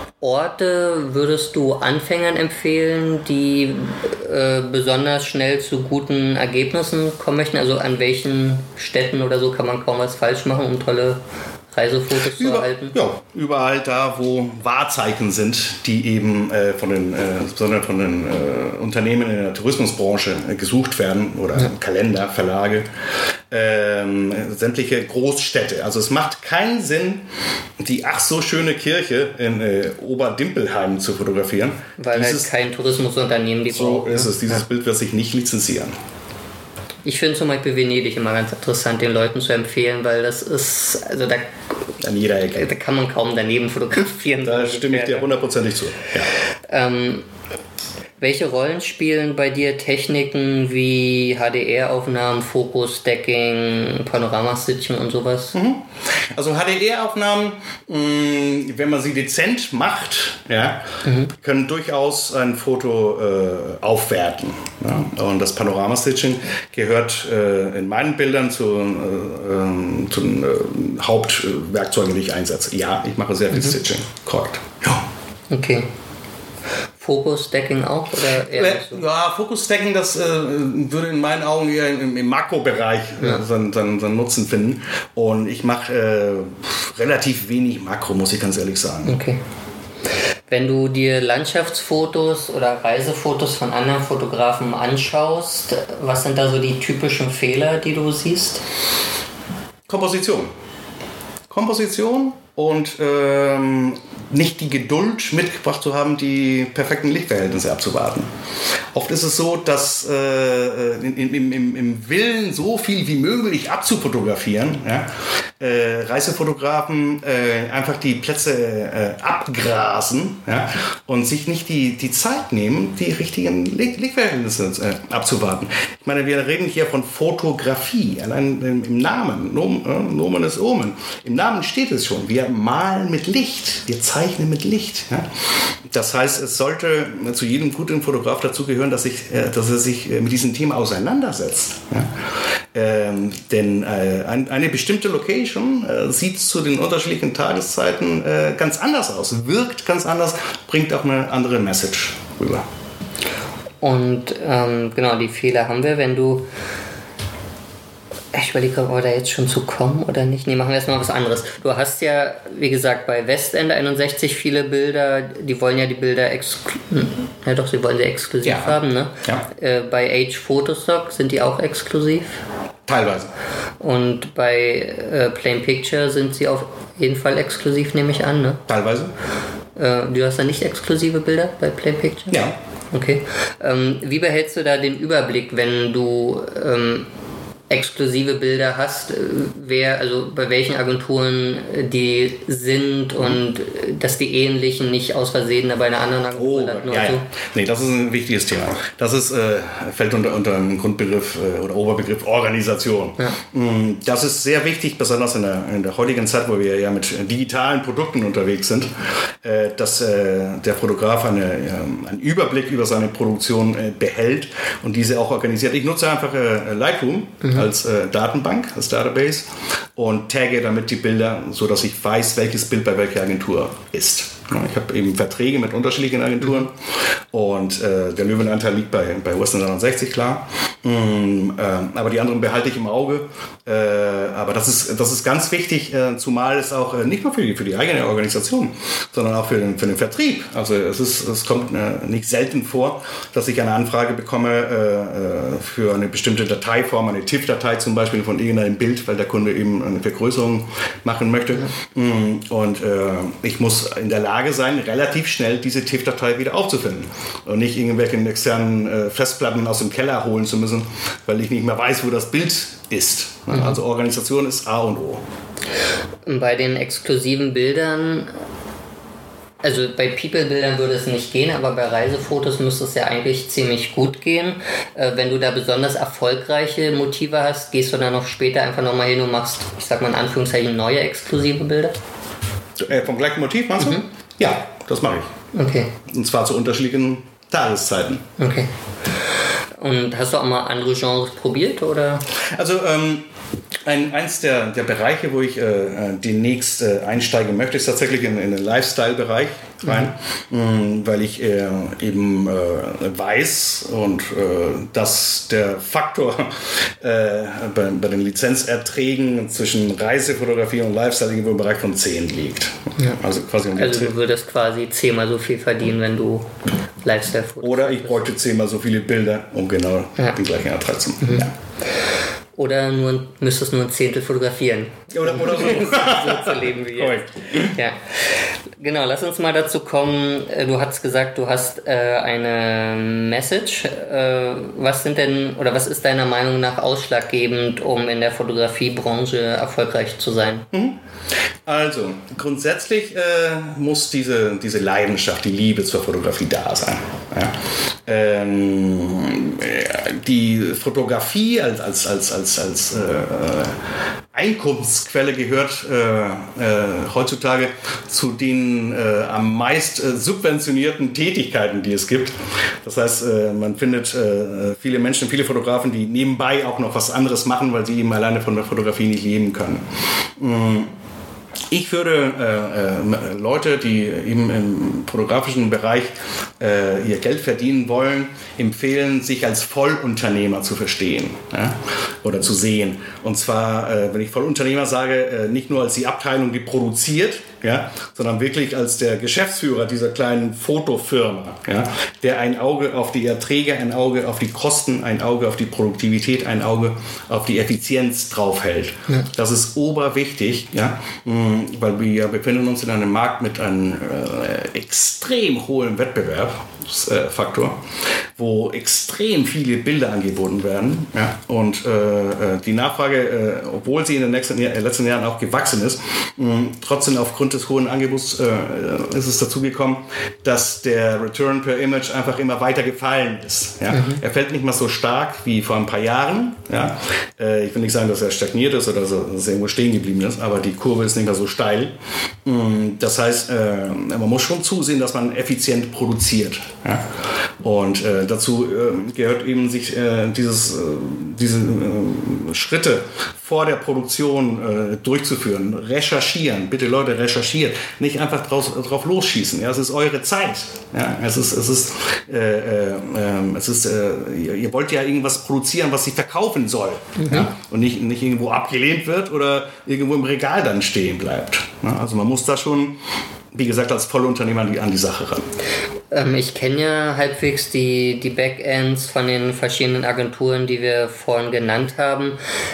Orte würdest du Anfängern empfehlen, die äh, besonders schnell zu guten Ergebnissen kommen möchten? Also an welchen Städten oder so kann man kaum was falsch machen, um tolle Reisefotos zu Über, erhalten? Ja, überall da, wo Wahrzeichen sind, die eben äh, von den, äh, sondern von den äh, Unternehmen in der Tourismusbranche äh, gesucht werden oder ja. Kalender, Verlage, ähm, sämtliche Großstädte. Also es macht keinen Sinn, die ach so schöne Kirche in äh, Oberdimpelheim zu fotografieren. Weil Dieses, halt kein Tourismusunternehmen die So braucht, ist ne? es. Dieses ja. Bild wird sich nicht lizenzieren. Ich finde zum Beispiel Venedig immer ganz interessant, den Leuten zu empfehlen, weil das ist, also da, an jeder Ecke. Da kann man kaum daneben fotografieren. Da stimme ich dir hundertprozentig zu. Ja. Ähm, welche Rollen spielen bei dir Techniken wie H D R-Aufnahmen, Focus-Stacking, Panorama-Stitching und sowas? Mhm. Also H D R-Aufnahmen, mh, wenn man sie dezent macht, ja, mhm. können durchaus ein Foto äh, aufwerten. Ja? Und das Panorama-Stitching gehört äh, in meinen Bildern zu, äh, zu den äh, Hauptwerkzeugen, die ich einsetze. Ja, ich mache sehr viel mhm. Stitching. Korrekt. Ja. Okay. Focus-Stacking auch? Oder eher nicht so? Ja, Focus-Stacking, das äh, würde in meinen Augen eher im, im Makrobereich ja. äh, seinen, seinen, seinen Nutzen finden. Und ich mache äh, relativ wenig Makro, muss ich ganz ehrlich sagen. Okay. Wenn du dir Landschaftsfotos oder Reisefotos von anderen Fotografen anschaust, was sind da so die typischen Fehler, die du siehst? Komposition. Komposition und ähm, nicht die Geduld mitgebracht zu haben, die perfekten Lichtverhältnisse abzuwarten. Oft ist es so, dass äh, im, im, im, im Willen, so viel wie möglich abzufotografieren, ja, äh, Reisefotografen äh, einfach die Plätze äh, abgrasen, ja, und sich nicht die, die Zeit nehmen, die richtigen Lichtverhältnisse äh, abzuwarten. Ich meine, wir reden hier von Fotografie, allein im Namen, Nom, äh, Nomen ist Omen. Im Namen steht es schon, wir malen mit Licht, wir zeichnen mit Licht. Ja. Das heißt, es sollte zu jedem guten Fotograf dazugehören, dass, ich, äh, dass er sich äh, mit diesem Thema auseinandersetzt. Ja. Ähm, denn äh, ein, eine bestimmte Location äh, sieht zu den unterschiedlichen Tageszeiten äh, ganz anders aus, wirkt ganz anders, bringt auch eine andere Message rüber. Und ähm, genau, die Fehler haben wir, wenn du... Ich überlege, ob wir da jetzt schon zu kommen oder nicht. Nee, machen wir erstmal was anderes. Du hast ja, wie gesagt, bei Westend einundsechzig viele Bilder, die wollen ja die Bilder exklusiv, ja doch, sie wollen sie exklusiv ja. haben, ne? Ja. Äh, bei Age Photostock sind die auch exklusiv? Teilweise. Und bei äh, Plain Picture sind sie auf jeden Fall exklusiv, nehme ich an, ne? Teilweise. Äh, du hast da nicht exklusive Bilder bei Plain Picture? Ja. Okay. Ähm, wie behältst du da den Überblick, wenn du ähm, exklusive Bilder hast, wer, also bei welchen Agenturen die sind und dass die ähnlichen nicht aus Versehen bei einer anderen Agentur oh, landen ja, und so? Ja. Nee, das ist ein wichtiges Thema. Das ist, äh, fällt unter, unter den Grundbegriff äh, oder Oberbegriff Organisation. Ja. Das ist sehr wichtig, besonders in der, in der heutigen Zeit, wo wir ja mit digitalen Produkten unterwegs sind, äh, dass äh, der Fotograf eine, äh, einen Überblick über seine Produktion äh, behält und diese auch organisiert. Ich nutze einfach äh, Lightroom mhm. als äh, Datenbank, als Database und tagge damit die Bilder, sodass ich weiß, welches Bild bei welcher Agentur ist. Ich habe eben Verträge mit unterschiedlichen Agenturen und äh, der Löwenanteil liegt bei, bei Westend einundsechzig, klar. Mm, äh, aber die anderen behalte ich im Auge. Äh, aber das ist, das ist ganz wichtig, äh, zumal es auch äh, nicht nur für die, für die eigene Organisation, sondern auch für den, für den Vertrieb. Also es, ist, es kommt äh, nicht selten vor, dass ich eine Anfrage bekomme äh, für eine bestimmte Dateiform, eine TIFF-Datei zum Beispiel von irgendeinem Bild, weil der Kunde eben eine Vergrößerung machen möchte. Mm, und äh, ich muss in der Lage sein, relativ schnell diese TIFF-Datei wieder aufzufinden und nicht irgendwelche externen äh, Festplatten aus dem Keller holen zu müssen, weil ich nicht mehr weiß, wo das Bild ist. Mhm. Also Organisation ist A und O. Bei den exklusiven Bildern, also bei People-Bildern würde es nicht gehen, aber bei Reisefotos müsste es ja eigentlich ziemlich gut gehen. Äh, wenn du da besonders erfolgreiche Motive hast, gehst du dann noch später einfach nochmal hin und machst, ich sag mal in Anführungszeichen, neue exklusive Bilder? Äh, vom gleichen Motiv, meinst du? Mhm. Ja, das mache ich. Okay. Und zwar zu unterschiedlichen Tageszeiten. Okay. Und hast du auch mal andere Genres probiert, oder? Also, ähm, ein, eins der, der Bereiche, wo ich äh, demnächst äh, einsteigen möchte, ist tatsächlich in, in den Lifestyle-Bereich rein, mhm. weil ich äh, eben äh, weiß und äh, dass der Faktor äh, bei, bei den Lizenzerträgen zwischen Reisefotografie und Lifestyle irgendwo im Bereich von zehn liegt. Ja. Also, quasi um also du würdest quasi zehnmal so viel verdienen, wenn du Lifestyle-Fotos oder ich bräuchte zehnmal so viele Bilder, um genau ja. den gleichen Ertrag zu machen. Mhm. Ja. Oder nur, müsstest nur ein Zehntel fotografieren. Oder, oder so. So zu leben wie jetzt. Ja. Genau, lass uns mal dazu kommen. Du hast gesagt, du hast äh, eine Message. Äh, was sind denn, oder was ist deiner Meinung nach ausschlaggebend, um in der Fotografiebranche erfolgreich zu sein? Mhm. Also, grundsätzlich äh, muss diese, diese Leidenschaft, die Liebe zur Fotografie da sein. Ja? Ähm, die Fotografie als, als, als, als, als äh, Einkommensquelle gehört äh, äh, heutzutage zu den äh, am meist äh, subventionierten Tätigkeiten, die es gibt. Das heißt, äh, man findet äh, viele Menschen, viele Fotografen, die nebenbei auch noch was anderes machen, weil sie eben alleine von der Fotografie nicht leben können. Mhm. Ich würde äh, äh, Leute, die eben im fotografischen Bereich äh, ihr Geld verdienen wollen, empfehlen, sich als Vollunternehmer zu verstehen, ja? Oder zu sehen. Und zwar, äh, wenn ich Vollunternehmer sage, äh, nicht nur als die Abteilung, die produziert, ja, sondern wirklich als der Geschäftsführer dieser kleinen Fotofirma, ja, der ein Auge auf die Erträge, ein Auge auf die Kosten, ein Auge auf die Produktivität, ein Auge auf die Effizienz draufhält. Ja. Das ist oberwichtig, ja, weil wir befinden uns in einem Markt mit einem äh, extrem hohen Wettbewerbsfaktor, wo extrem viele Bilder angeboten werden, ja, und äh, die Nachfrage, äh, obwohl sie in den nächsten, äh, letzten Jahren auch gewachsen ist, mh, trotzdem aufgrund des hohen Angebots äh, ist es dazu gekommen, dass der Return per Image einfach immer weiter gefallen ist. Ja? Mhm. Er fällt nicht mehr so stark wie vor ein paar Jahren. Ja? Äh, ich will nicht sagen, dass er stagniert ist oder so, dass er irgendwo stehen geblieben ist, aber die Kurve ist nicht mehr so steil. Das heißt, äh, man muss schon zusehen, dass man effizient produziert. Ja? Und äh, dazu äh, gehört eben, sich äh, dieses, äh, diese äh, Schritte vor der Produktion äh, durchzuführen. Recherchieren, bitte Leute, recherchiert. Nicht einfach draus, drauf losschießen. Ja, es ist eure Zeit. Ja, es ist, es ist, äh, äh, es ist äh, ihr, ihr wollt ja irgendwas produzieren, was sich verkaufen soll. Mhm. Ja? Und nicht, nicht irgendwo abgelehnt wird oder irgendwo im Regal dann stehen bleibt. Ja? Also man muss da schon, wie gesagt, als Vollunternehmer an die, an die Sache ran. Ähm, ich kenne ja halbwegs die, die Backends von den verschiedenen Agenturen, die wir vorhin genannt haben.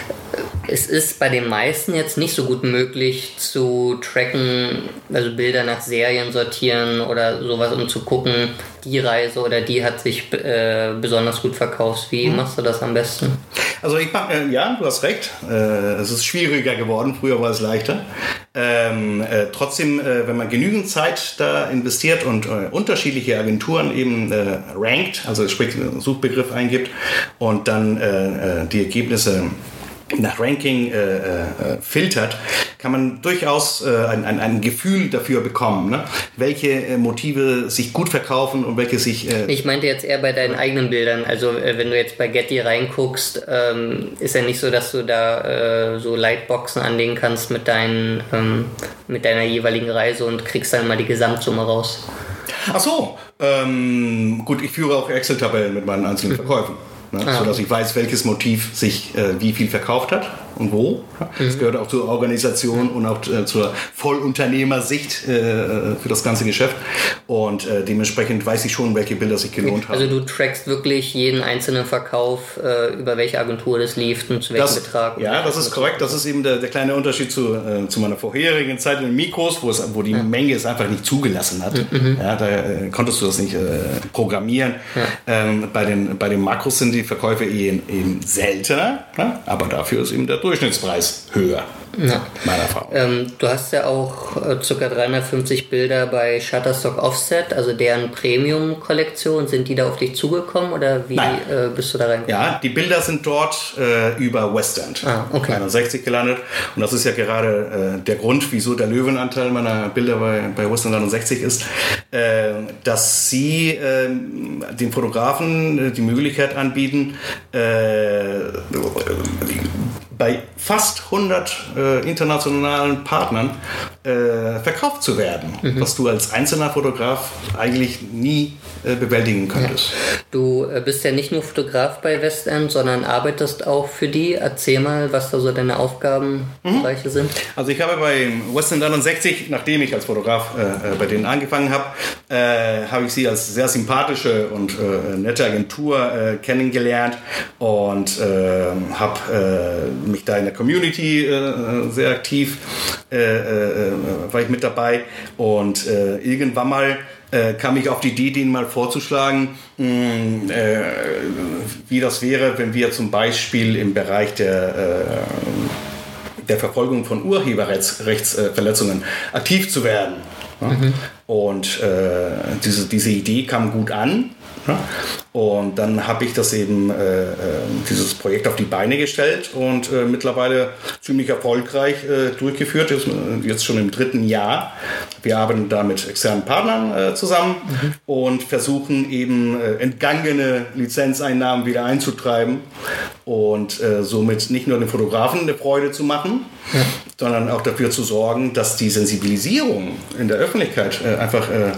Es ist bei den meisten jetzt nicht so gut möglich zu tracken, also Bilder nach Serien sortieren oder sowas, um zu gucken, die Reise oder die hat sich äh, besonders gut verkauft. Wie mhm. machst du das am besten? Also ich mach, äh, ja, du hast recht. Äh, es ist schwieriger geworden, früher war es leichter. Ähm, äh, trotzdem, äh, wenn man genügend Zeit da investiert und äh, unterschiedliche Agenturen eben äh, rankt, also sprich einen Suchbegriff eingibt und dann äh, äh, die Ergebnisse nach Ranking äh, äh, filtert, kann man durchaus äh, ein, ein, ein Gefühl dafür bekommen, ne? Welche äh, Motive sich gut verkaufen und welche sich... Äh ich meinte jetzt eher bei deinen eigenen Bildern. Also äh, wenn du jetzt bei Getty reinguckst, ähm, ist ja nicht so, dass du da äh, so Lightboxen anlegen kannst mit, deinen, ähm, mit deiner jeweiligen Reise und kriegst dann mal die Gesamtsumme raus. Ach so, ähm, gut, ich führe auch Excel-Tabellen mit meinen einzelnen Verkäufen. Ne, ah. Sodass ich weiß, welches Motiv sich äh, wie viel verkauft hat und wo. Das mhm. gehört auch zur Organisation und auch äh, zur Vollunternehmersicht äh, für das ganze Geschäft. Und äh, dementsprechend weiß ich schon, welche Bilder sich gelohnt haben. Also du trackst wirklich jeden einzelnen Verkauf, äh, über welche Agentur das lief und zu welchem das, Betrag. Ja, das ist korrekt. Das ist eben der, der kleine Unterschied zu, äh, zu meiner vorherigen Zeit in den Mikros, wo, es, wo die ja. Menge es einfach nicht zugelassen hat. Mhm. Ja, da äh, konntest du das nicht äh, programmieren. Ja. Ähm, bei, den, bei den Makros sind die Verkäufe eben, eben seltener, ne? Aber dafür ist eben der Durchschnittspreis höher. Ja. Meiner Erfahrung. Ähm, du hast ja auch äh, ca. dreihundertfünfzig Bilder bei Shutterstock Offset, also deren Premium-Kollektion. Sind die da auf dich zugekommen oder wie äh, bist du da reingekommen? Ja, die Bilder sind dort äh, über Westend ah, okay. einundsechzig gelandet. Und das ist ja gerade äh, der Grund, wieso der Löwenanteil meiner Bilder bei, bei Westend einundsechzig ist, äh, dass sie äh, den Fotografen äh, die Möglichkeit anbieten, äh, bei fast hundert äh, internationalen Partnern äh, verkauft zu werden, mhm. was du als einzelner Fotograf eigentlich nie äh, bewältigen könntest. Ja. Du äh, bist ja nicht nur Fotograf bei Westend, sondern arbeitest auch für die. Erzähl mal, was da so deine Aufgabenbereiche mhm. sind. Also ich habe bei Westend einundsechzig, nachdem ich als Fotograf äh, bei denen angefangen habe, äh, habe ich sie als sehr sympathische und äh, nette Agentur äh, kennengelernt und äh, habe äh, mich da in der Community äh, sehr aktiv, äh, äh, war ich mit dabei und äh, irgendwann mal äh, kam ich auf die Idee, denen mal vorzuschlagen, mh, äh, wie das wäre, wenn wir zum Beispiel im Bereich der äh, der Verfolgung von Urheberrechtsverletzungen äh, aktiv zu werden. Ja? Mhm. Und äh, diese, diese Idee kam gut an. Ja? Und dann habe ich das eben, äh, dieses Projekt auf die Beine gestellt und äh, mittlerweile ziemlich erfolgreich äh, durchgeführt, jetzt, jetzt schon im dritten Jahr. Wir arbeiten da mit externen Partnern äh, zusammen mhm. und versuchen eben äh, entgangene Lizenzeinnahmen wieder einzutreiben und äh, somit nicht nur den Fotografen eine Freude zu machen, ja. sondern auch dafür zu sorgen, dass die Sensibilisierung in der Öffentlichkeit äh, einfach äh,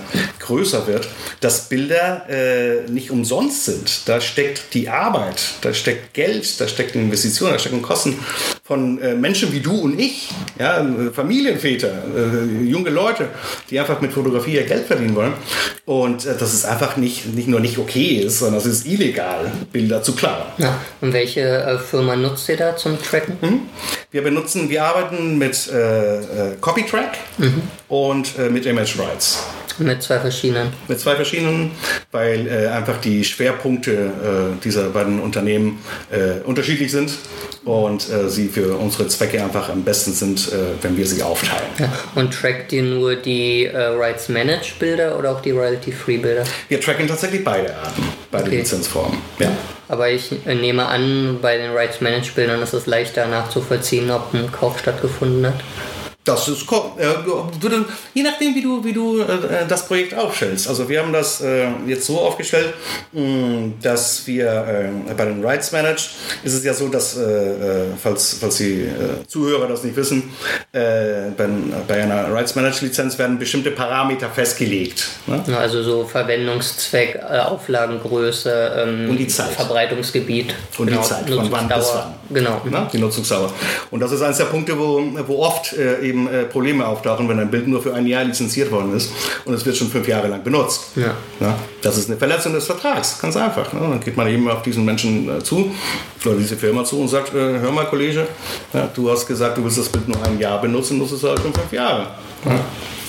größer wird, dass Bilder äh, nicht umsonst sind. Da steckt die Arbeit, da steckt Geld, da steckt Investitionen, da stecken Kosten von äh, Menschen wie du und ich, ja, Familienväter, äh, junge Leute, die einfach mit Fotografie ihr Geld verdienen wollen. Und äh, dass es einfach nicht, nicht nur nicht okay ist, sondern es ist illegal, Bilder zu klauen. Ja. Und welche äh, Firma nutzt ihr da zum Tracken? Mhm. Wir benutzen, wir arbeiten mit äh, äh, Copytrack mhm. und äh, mit Image Rights. Mit zwei verschiedenen? Mit zwei verschiedenen, weil äh, einfach die Schwerpunkte äh, dieser beiden Unternehmen äh, unterschiedlich sind und äh, sie für unsere Zwecke einfach am besten sind, äh, wenn wir sie aufteilen. Ja. Und trackt ihr nur die äh, Rights-Managed-Bilder oder auch die Royalty-Free-Bilder? Wir tracken tatsächlich beide Arten, beide okay. Lizenzformen. Ja. Aber ich nehme an, bei den Rights-Managed-Bildern ist es leichter nachzuvollziehen, ob ein Kauf stattgefunden hat. Das ist, äh, je nachdem, wie du, wie du äh, das Projekt aufstellst. Also wir haben das äh, jetzt so aufgestellt, mh, dass wir äh, bei den Rights Managed ist es ja so, dass, äh, falls, falls die äh, Zuhörer das nicht wissen, äh, bei, bei einer Rights Managed Lizenz werden bestimmte Parameter festgelegt. Ne? Also so Verwendungszweck, äh, Auflagengröße, ähm, und die Zeit. Verbreitungsgebiet. Und genau, die Zeit, von wann bis wann. Genau. Ne? Die Nutzungsdauer. Und das ist eines der Punkte, wo, wo oft äh, eben Probleme auftauchen, wenn ein Bild nur für ein Jahr lizenziert worden ist und es wird schon fünf Jahre lang benutzt. Ja. Ja, das ist eine Verletzung des Vertrags, ganz einfach. Ne? Dann geht man eben auf diesen Menschen äh, zu oder diese Firma zu und sagt, äh, hör mal Kollege, ja, du hast gesagt, du willst das Bild nur ein Jahr benutzen, nutzt es halt schon fünf Jahre. Ja,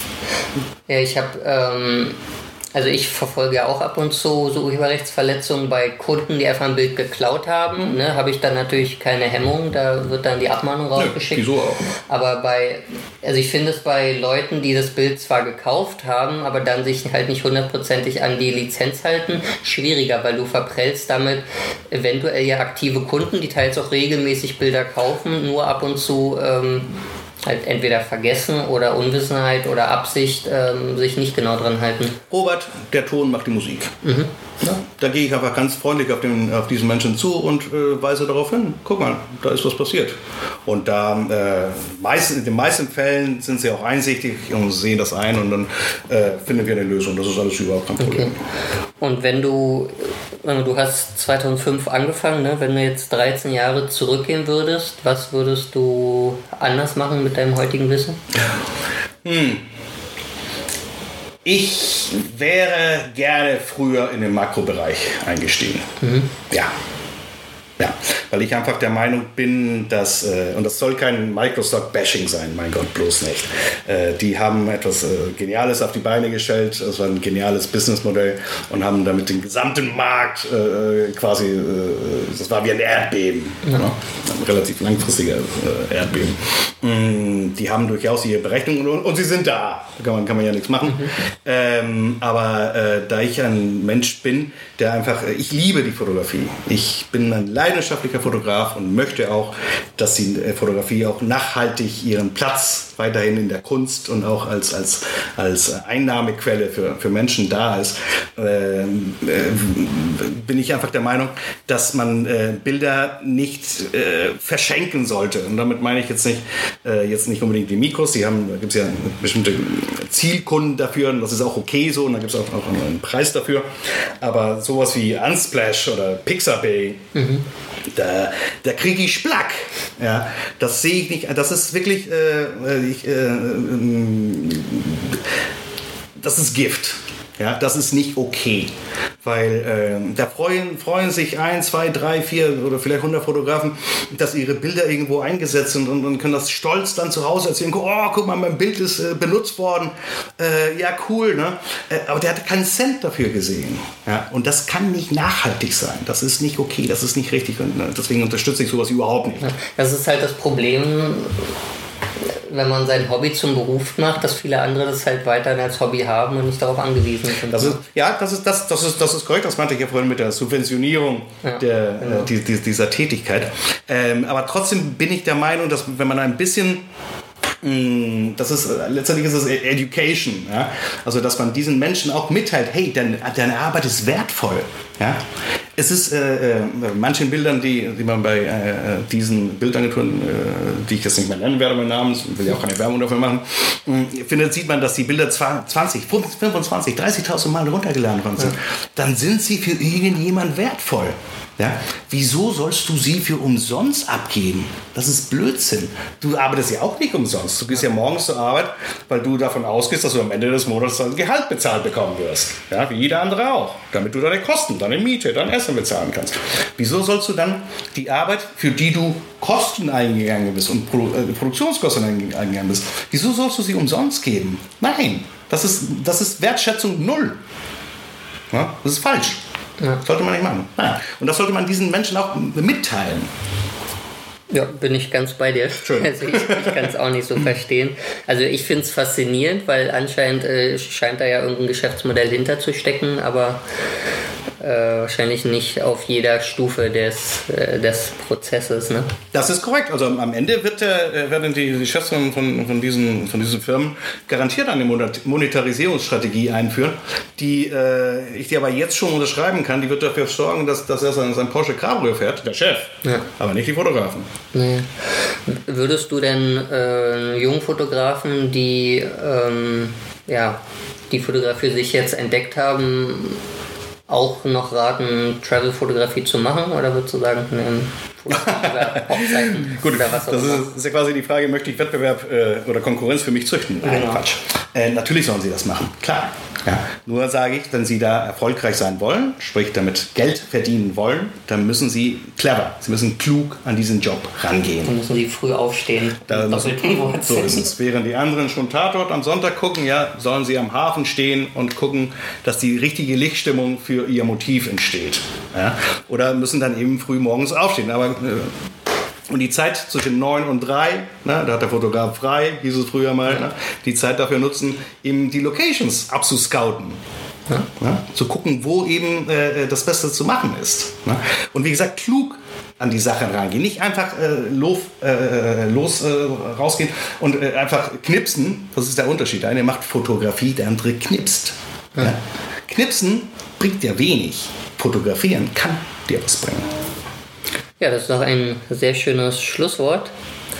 ja ich habe ähm Also ich verfolge ja auch ab und zu so Urheberrechtsverletzungen bei Kunden, die einfach ein Bild geklaut haben. Ne, habe ich dann natürlich keine Hemmung, da wird dann die Abmahnung rausgeschickt. Ja, wieso auch? Aber bei, also ich finde es bei Leuten, die das Bild zwar gekauft haben, aber dann sich halt nicht hundertprozentig an die Lizenz halten, schwieriger, weil du verprellst damit eventuell ja aktive Kunden, die teils auch regelmäßig Bilder kaufen, nur ab und zu ähm, halt entweder vergessen oder Unwissenheit oder Absicht ähm, sich nicht genau dran halten. Robert, der Ton macht die Musik. Mhm. Ja, da gehe ich einfach ganz freundlich auf, den, auf diesen Menschen zu und äh, weise darauf hin. Guck mal, da ist was passiert. Und da äh, meisten, in den meisten Fällen sind sie auch einsichtig und sehen das ein und dann äh, finden wir eine Lösung. Das ist alles überhaupt kein Problem. Okay. Und wenn du, du hast zweitausendfünf angefangen, ne? Wenn du jetzt dreizehn Jahre zurückgehen würdest, was würdest du anders machen mit deinem heutigen Wissen? Hm. Ich wäre gerne früher in den Makrobereich eingestiegen. Mhm. Ja. Ja, weil ich einfach der Meinung bin, dass, äh, und das soll kein Microstock-Bashing sein, mein Gott, bloß nicht. Äh, die haben etwas äh, Geniales auf die Beine gestellt, das war ein geniales Businessmodell und haben damit den gesamten Markt äh, quasi, äh, das war wie ein Erdbeben, ja. Ne? Ein relativ langfristiger äh, Erdbeben. Mm, die haben durchaus ihre Berechnungen und, und sie sind da, da kann man, kann man ja nichts machen. Mhm. Ähm, aber äh, da ich ein Mensch bin, der einfach, äh, ich liebe die Fotografie, ich bin ein leidenschaftlicher Fotograf und möchte auch, dass die Fotografie auch nachhaltig ihren Platz weiterhin in der Kunst und auch als, als, als Einnahmequelle für, für Menschen da ist, äh, äh, bin ich einfach der Meinung, dass man äh, Bilder nicht äh, verschenken sollte. Und damit meine ich jetzt nicht, äh, jetzt nicht unbedingt die Mikros, die haben, da gibt es ja bestimmte Zielkunden dafür und das ist auch okay so und da gibt es auch, auch einen Preis dafür. Aber sowas wie Unsplash oder Pixabay, mhm. Da, da kriege ich Splack. Ja, das sehe ich nicht. Das ist wirklich, äh, ich, äh, äh, das ist Gift. Ja, das ist nicht okay, weil äh, da freuen, freuen sich ein, zwei, drei, vier oder vielleicht hundert Fotografen, dass ihre Bilder irgendwo eingesetzt sind und, und können das stolz dann zu Hause erzählen. Oh, guck mal, mein Bild ist äh, benutzt worden. Äh, ja, cool, ne? Äh, aber der hat keinen Cent dafür gesehen. Ja? Und das kann nicht nachhaltig sein. Das ist nicht okay, das ist nicht richtig und äh, deswegen unterstütze ich sowas überhaupt nicht. Das ist halt das Problem, wenn man sein Hobby zum Beruf macht, dass viele andere das halt weiterhin als Hobby haben und nicht darauf angewiesen sind. Das ist, ja, das ist, das, das, ist, das ist korrekt, das meinte ich ja vorhin mit der Subventionierung ja, der, genau. äh, die, die, dieser Tätigkeit. Ähm, aber trotzdem bin ich der Meinung, dass wenn man ein bisschen das ist, letztendlich ist es Education, ja? Also dass man diesen Menschen auch mitteilt, hey, deine, deine Arbeit ist wertvoll, ja? Es ist äh, äh, manchen Bildern, die, die man bei äh, diesen Bildagenturen, äh, die ich jetzt nicht mehr nennen werde, meinen Namen, will ja auch keine Werbung dafür machen, äh, findet, sieht man, dass die Bilder zwanzig, fünfundzwanzig, dreißigtausend Mal runtergeladen worden sind. Ja. Dann sind sie für irgendjemand wertvoll. Ja? Wieso sollst du sie für umsonst abgeben? Das ist Blödsinn. Du arbeitest ja auch nicht umsonst. Du gehst ja morgens zur Arbeit, weil du davon ausgehst, dass du am Ende des Monats dein Gehalt bezahlt bekommen wirst. Ja? Wie jeder andere auch. Damit du deine Kosten, deine Miete, dein Essen bezahlen kannst. Wieso sollst du dann die Arbeit, für die du Kosten eingegangen bist und Produ- äh, Produktionskosten eingegangen bist, wieso sollst du sie umsonst geben? Nein, das ist, das ist Wertschätzung null. Ja? Das ist falsch. Ja. Sollte man nicht machen. Nein. Und das sollte man diesen Menschen auch mitteilen. Ja, bin ich ganz bei dir. Schön. Also ich, ich kann es auch nicht so verstehen. Also ich finde es faszinierend, weil anscheinend äh, scheint da ja irgendein Geschäftsmodell hinter zu stecken, aber äh, wahrscheinlich nicht auf jeder Stufe des, äh, des Prozesses. Ne? Das ist korrekt. Also am Ende wird der, werden die Geschäftsführer von, von, diesen, von diesen Firmen garantiert eine Monetarisierungsstrategie einführen, die äh, ich dir aber jetzt schon unterschreiben kann. Die wird dafür sorgen, dass, dass er sein, sein Porsche Cabrio fährt, der Chef, ja. aber nicht die Fotografen. Nee. Würdest du denn äh, jungen Fotografen, die ähm, ja, die Fotografie für sich jetzt entdeckt haben, auch noch raten, Travel-Fotografie zu machen? Oder würdest du sagen, ne, Hochzeiten Gut, oder was auch das ist, ist ja quasi die Frage, möchte ich Wettbewerb äh, oder Konkurrenz für mich züchten? Nein, genau. Quatsch. Äh, natürlich sollen sie das machen, klar. Ja. Nur sage ich, wenn sie da erfolgreich sein wollen, sprich damit Geld verdienen wollen, dann müssen sie clever, sie müssen klug an diesen Job rangehen. Dann müssen sie früh aufstehen. Da müssen, so ist es. Während die anderen schon Tatort am Sonntag gucken, ja, sollen sie am Hafen stehen und gucken, dass die richtige Lichtstimmung für ihr Motiv entsteht. Ja. Oder müssen dann eben früh morgens aufstehen. Aber und die Zeit zwischen neun und drei, ne, da hat der Fotograf frei, hieß es früher mal, ne, die Zeit dafür nutzen, eben die Locations abzuscouten. Ja. Ne, zu gucken, wo eben äh, das Beste zu machen ist. Ne. Und wie gesagt, klug an die Sache rangehen. Nicht einfach äh, los, äh, los äh, rausgehen und äh, einfach knipsen. Das ist der Unterschied. Der eine macht Fotografie, der andere knipst. Ja. Ja. Knipsen bringt dir wenig. Fotografieren kann dir was bringen. Ja, das ist doch ein sehr schönes Schlusswort.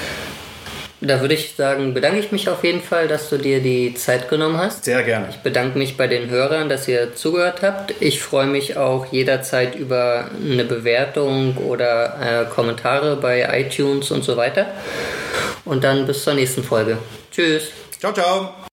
Da würde ich sagen, bedanke ich mich auf jeden Fall, dass du dir die Zeit genommen hast. Sehr gerne. Ich bedanke mich bei den Hörern, dass ihr zugehört habt. Ich freue mich auch jederzeit über eine Bewertung oder äh, Kommentare bei iTunes und so weiter. Und dann bis zur nächsten Folge. Tschüss. Ciao, ciao.